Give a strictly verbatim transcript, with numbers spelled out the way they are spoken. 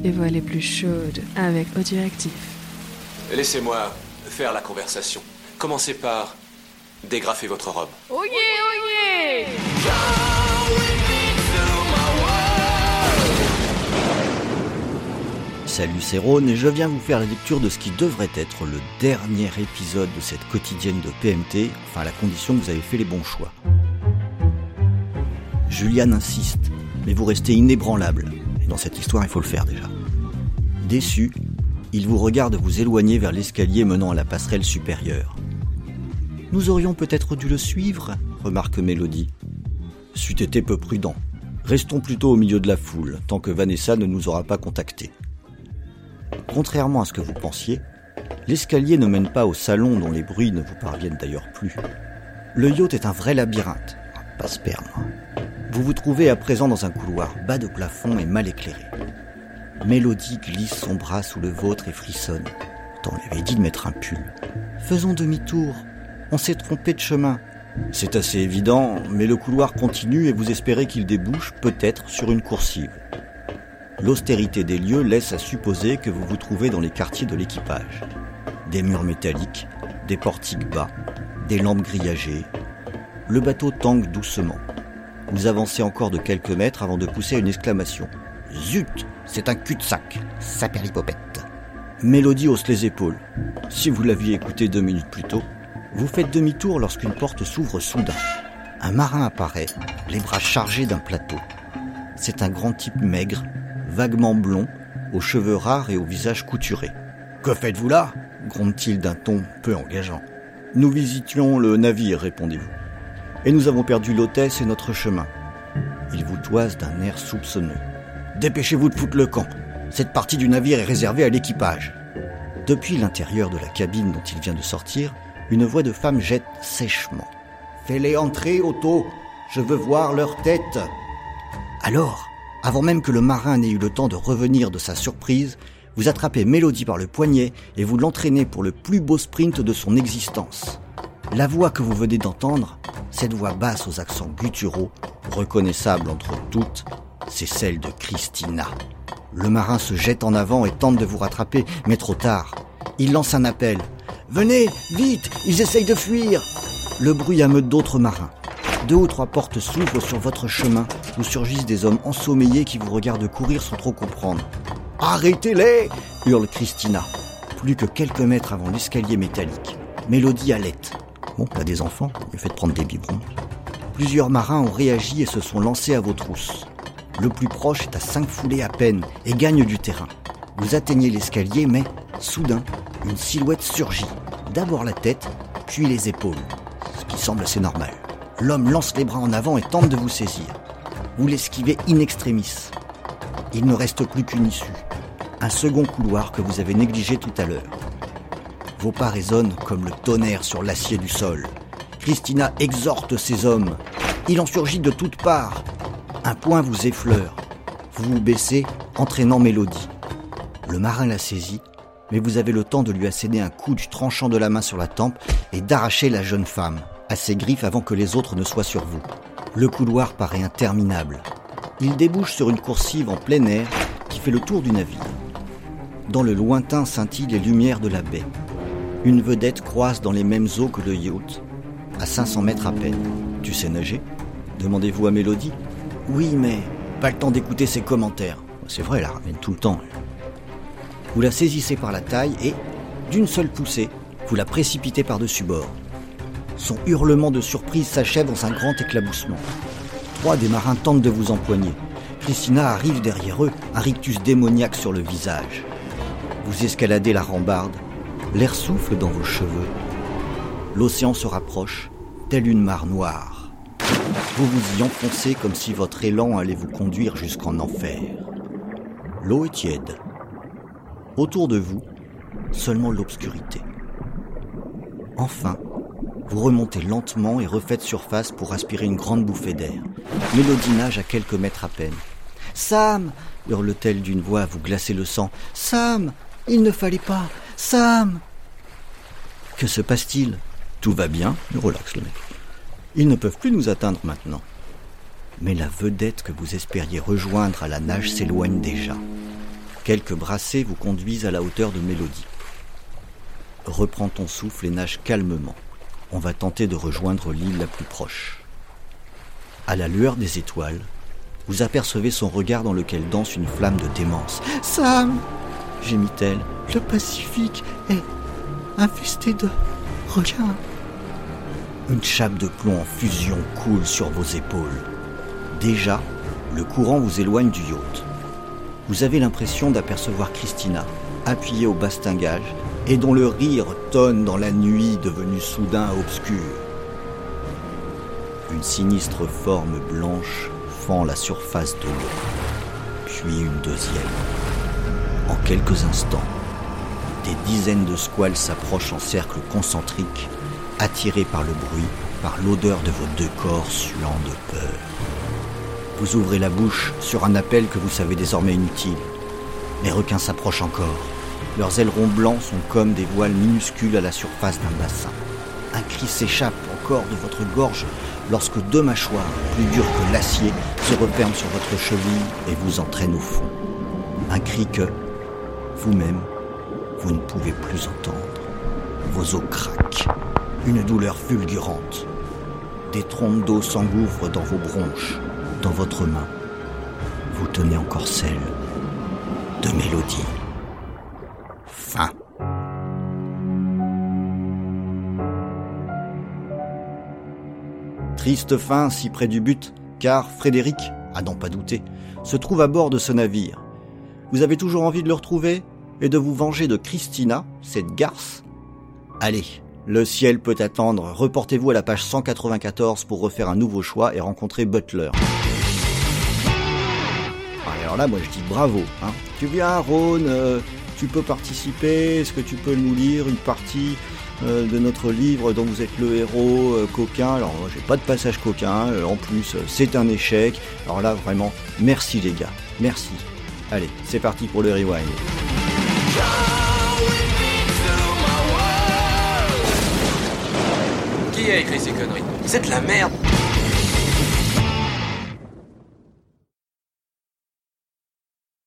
les voix les plus chaudes avec Audioactif. Laissez-moi faire la conversation. Commencez par dégrafer votre robe. Oh yeah, oh yeah! Salut, c'est Ron et je viens vous faire la lecture de ce qui devrait être le dernier épisode de cette quotidienne de P M T, enfin à la condition que vous avez fait les bons choix. Julian insiste, mais vous restez inébranlable. Et dans cette histoire, il faut le faire déjà. Déçu, il vous regarde vous éloigner vers l'escalier menant à la passerelle supérieure. « Nous aurions peut-être dû le suivre », remarque Mélodie. « C'eût été peu prudent. Restons plutôt au milieu de la foule, tant que Vanessa ne nous aura pas contactés. » Contrairement à ce que vous pensiez, l'escalier ne mène pas au salon dont les bruits ne vous parviennent d'ailleurs plus. Le yacht est un vrai labyrinthe. Pas se perdre. Vous vous trouvez à présent dans un couloir bas de plafond et mal éclairé. Mélodie glisse son bras sous le vôtre et frissonne. T'en l'avais dit de mettre un pull. Faisons demi-tour. On s'est trompé de chemin. C'est assez évident, mais le couloir continue et vous espérez qu'il débouche peut-être sur une coursive. L'austérité des lieux laisse à supposer que vous vous trouvez dans les quartiers de l'équipage. Des murs métalliques, des portiques bas, des lampes grillagées. Le bateau tangue doucement. Vous avancez encore de quelques mètres avant de pousser une exclamation. Zut, c'est un cul-de-sac, saperlipopette. Mélodie hausse les épaules. Si vous l'aviez écouté deux minutes plus tôt, vous faites demi-tour lorsqu'une porte s'ouvre soudain. Un marin apparaît, les bras chargés d'un plateau. C'est un grand type maigre, vaguement blond, aux cheveux rares et au visage couturé. « Que faites-vous là ?» gronde-t-il d'un ton peu engageant. « Nous visitions le navire, répondez-vous. Et nous avons perdu l'hôtesse et notre chemin. » Il vous toise d'un air soupçonneux. « Dépêchez-vous de foutre le camp. Cette partie du navire est réservée à l'équipage. » Depuis l'intérieur de la cabine dont il vient de sortir, une voix de femme jette sèchement. « Fais-les entrer, Otto. Je veux voir leur tête. » Alors, avant même que le marin n'ait eu le temps de revenir de sa surprise, vous attrapez Mélodie par le poignet et vous l'entraînez pour le plus beau sprint de son existence. La voix que vous venez d'entendre, cette voix basse aux accents gutturaux, reconnaissable entre toutes, c'est celle de Christina. Le marin se jette en avant et tente de vous rattraper, mais trop tard. Il lance un appel. « Venez, vite, ils essayent de fuir !» Le bruit ameute d'autres marins. Deux ou trois portes s'ouvrent sur votre chemin où surgissent des hommes ensommeillés qui vous regardent courir sans trop comprendre. « Arrêtez-les !» hurle Christina. Plus que quelques mètres avant l'escalier métallique, Mélodie halète. Bon, là des enfants, mieux fait de prendre des biberons. Plusieurs marins ont réagi et se sont lancés à vos trousses. Le plus proche est à cinq foulées à peine et gagne du terrain. Vous atteignez l'escalier, mais, soudain, une silhouette surgit. D'abord la tête, puis les épaules. Ce qui semble assez normal. L'homme lance les bras en avant et tente de vous saisir. Vous l'esquivez in extremis. Il ne reste plus qu'une issue. Un second couloir que vous avez négligé tout à l'heure. Vos pas résonnent comme le tonnerre sur l'acier du sol. Christina exhorte ses hommes. Il en surgit de toutes parts. Un poing vous effleure. Vous vous baissez, entraînant Mélodie. Le marin la saisit, mais vous avez le temps de lui asséner un coup du tranchant de la main sur la tempe et d'arracher la jeune femme à ses griffes avant que les autres ne soient sur vous. Le couloir paraît interminable. Il débouche sur une coursive en plein air qui fait le tour du navire. Dans le lointain scintillent les lumières de la baie. Une vedette croise dans les mêmes eaux que le yacht, à cinq cents mètres à peine. « Tu sais nager ?» demandez-vous à Mélodie. « Oui, mais pas le temps d'écouter ses commentaires. » C'est vrai, elle la ramène tout le temps. Vous la saisissez par la taille et, d'une seule poussée, vous la précipitez par-dessus bord. Son hurlement de surprise s'achève dans un grand éclaboussement. Trois des marins tentent de vous empoigner. Christina arrive derrière eux, un rictus démoniaque sur le visage. Vous escaladez la rambarde, l'air souffle dans vos cheveux. L'océan se rapproche, telle une mare noire. Vous vous y enfoncez comme si votre élan allait vous conduire jusqu'en enfer. L'eau est tiède. Autour de vous, seulement l'obscurité. Enfin, vous remontez lentement et refaites surface pour aspirer une grande bouffée d'air. Mélodie nage à quelques mètres à peine. « Sam !» hurle-t-elle d'une voix à vous glacer le sang. « Sam ! Il ne fallait pas ! Sam !» Que se passe-t-il ? Tout va bien, relaxe le mec. Ils ne peuvent plus nous atteindre maintenant. Mais la vedette que vous espériez rejoindre à la nage s'éloigne déjà. Quelques brassées vous conduisent à la hauteur de Mélodie. Reprends ton souffle et nage calmement. On va tenter de rejoindre l'île la plus proche. À la lueur des étoiles, vous apercevez son regard dans lequel danse une flamme de démence. « Sam !» gémit-elle. « Le Pacifique est infesté de... Regarde !» Une chape de plomb en fusion coule sur vos épaules. Déjà, le courant vous éloigne du yacht. Vous avez l'impression d'apercevoir Christina, appuyée au bastingage, et dont le rire tonne dans la nuit devenue soudain obscure. Une sinistre forme blanche fend la surface de l'eau, puis une deuxième. En quelques instants, des dizaines de squales s'approchent en cercle concentrique, attirés par le bruit, par l'odeur de vos deux corps suants de peur. Vous ouvrez la bouche sur un appel que vous savez désormais inutile. Les requins s'approchent encore. Leurs ailerons blancs sont comme des voiles minuscules à la surface d'un bassin. Un cri s'échappe encore de votre gorge lorsque deux mâchoires, plus dures que l'acier, se referment sur votre cheville et vous entraînent au fond. Un cri que, vous-même, vous ne pouvez plus entendre. Vos os craquent. Une douleur fulgurante. Des trompes d'eau s'engouffrent dans vos bronches. Dans votre main, vous tenez encore celle de Mélodie. Fin. Triste fin si près du but, car Frédéric, à n'en pas douter, se trouve à bord de ce navire. Vous avez toujours envie de le retrouver et de vous venger de Christina, cette garce ? Allez, le ciel peut attendre. Reportez-vous à la page cent quatre-vingt-quatorze pour refaire un nouveau choix et rencontrer Butler. Alors là, moi je dis bravo. Hein. Tu viens, Rhône, euh, tu peux participer. Est-ce que tu peux nous lire une partie euh, de notre livre dont vous êtes le héros euh, coquin? Alors moi j'ai pas de passage coquin. Euh, en plus, euh, c'est un échec. Alors là, vraiment, merci les gars. Merci. Allez, c'est parti pour le rewind. Qui a écrit ces conneries? C'est de la merde.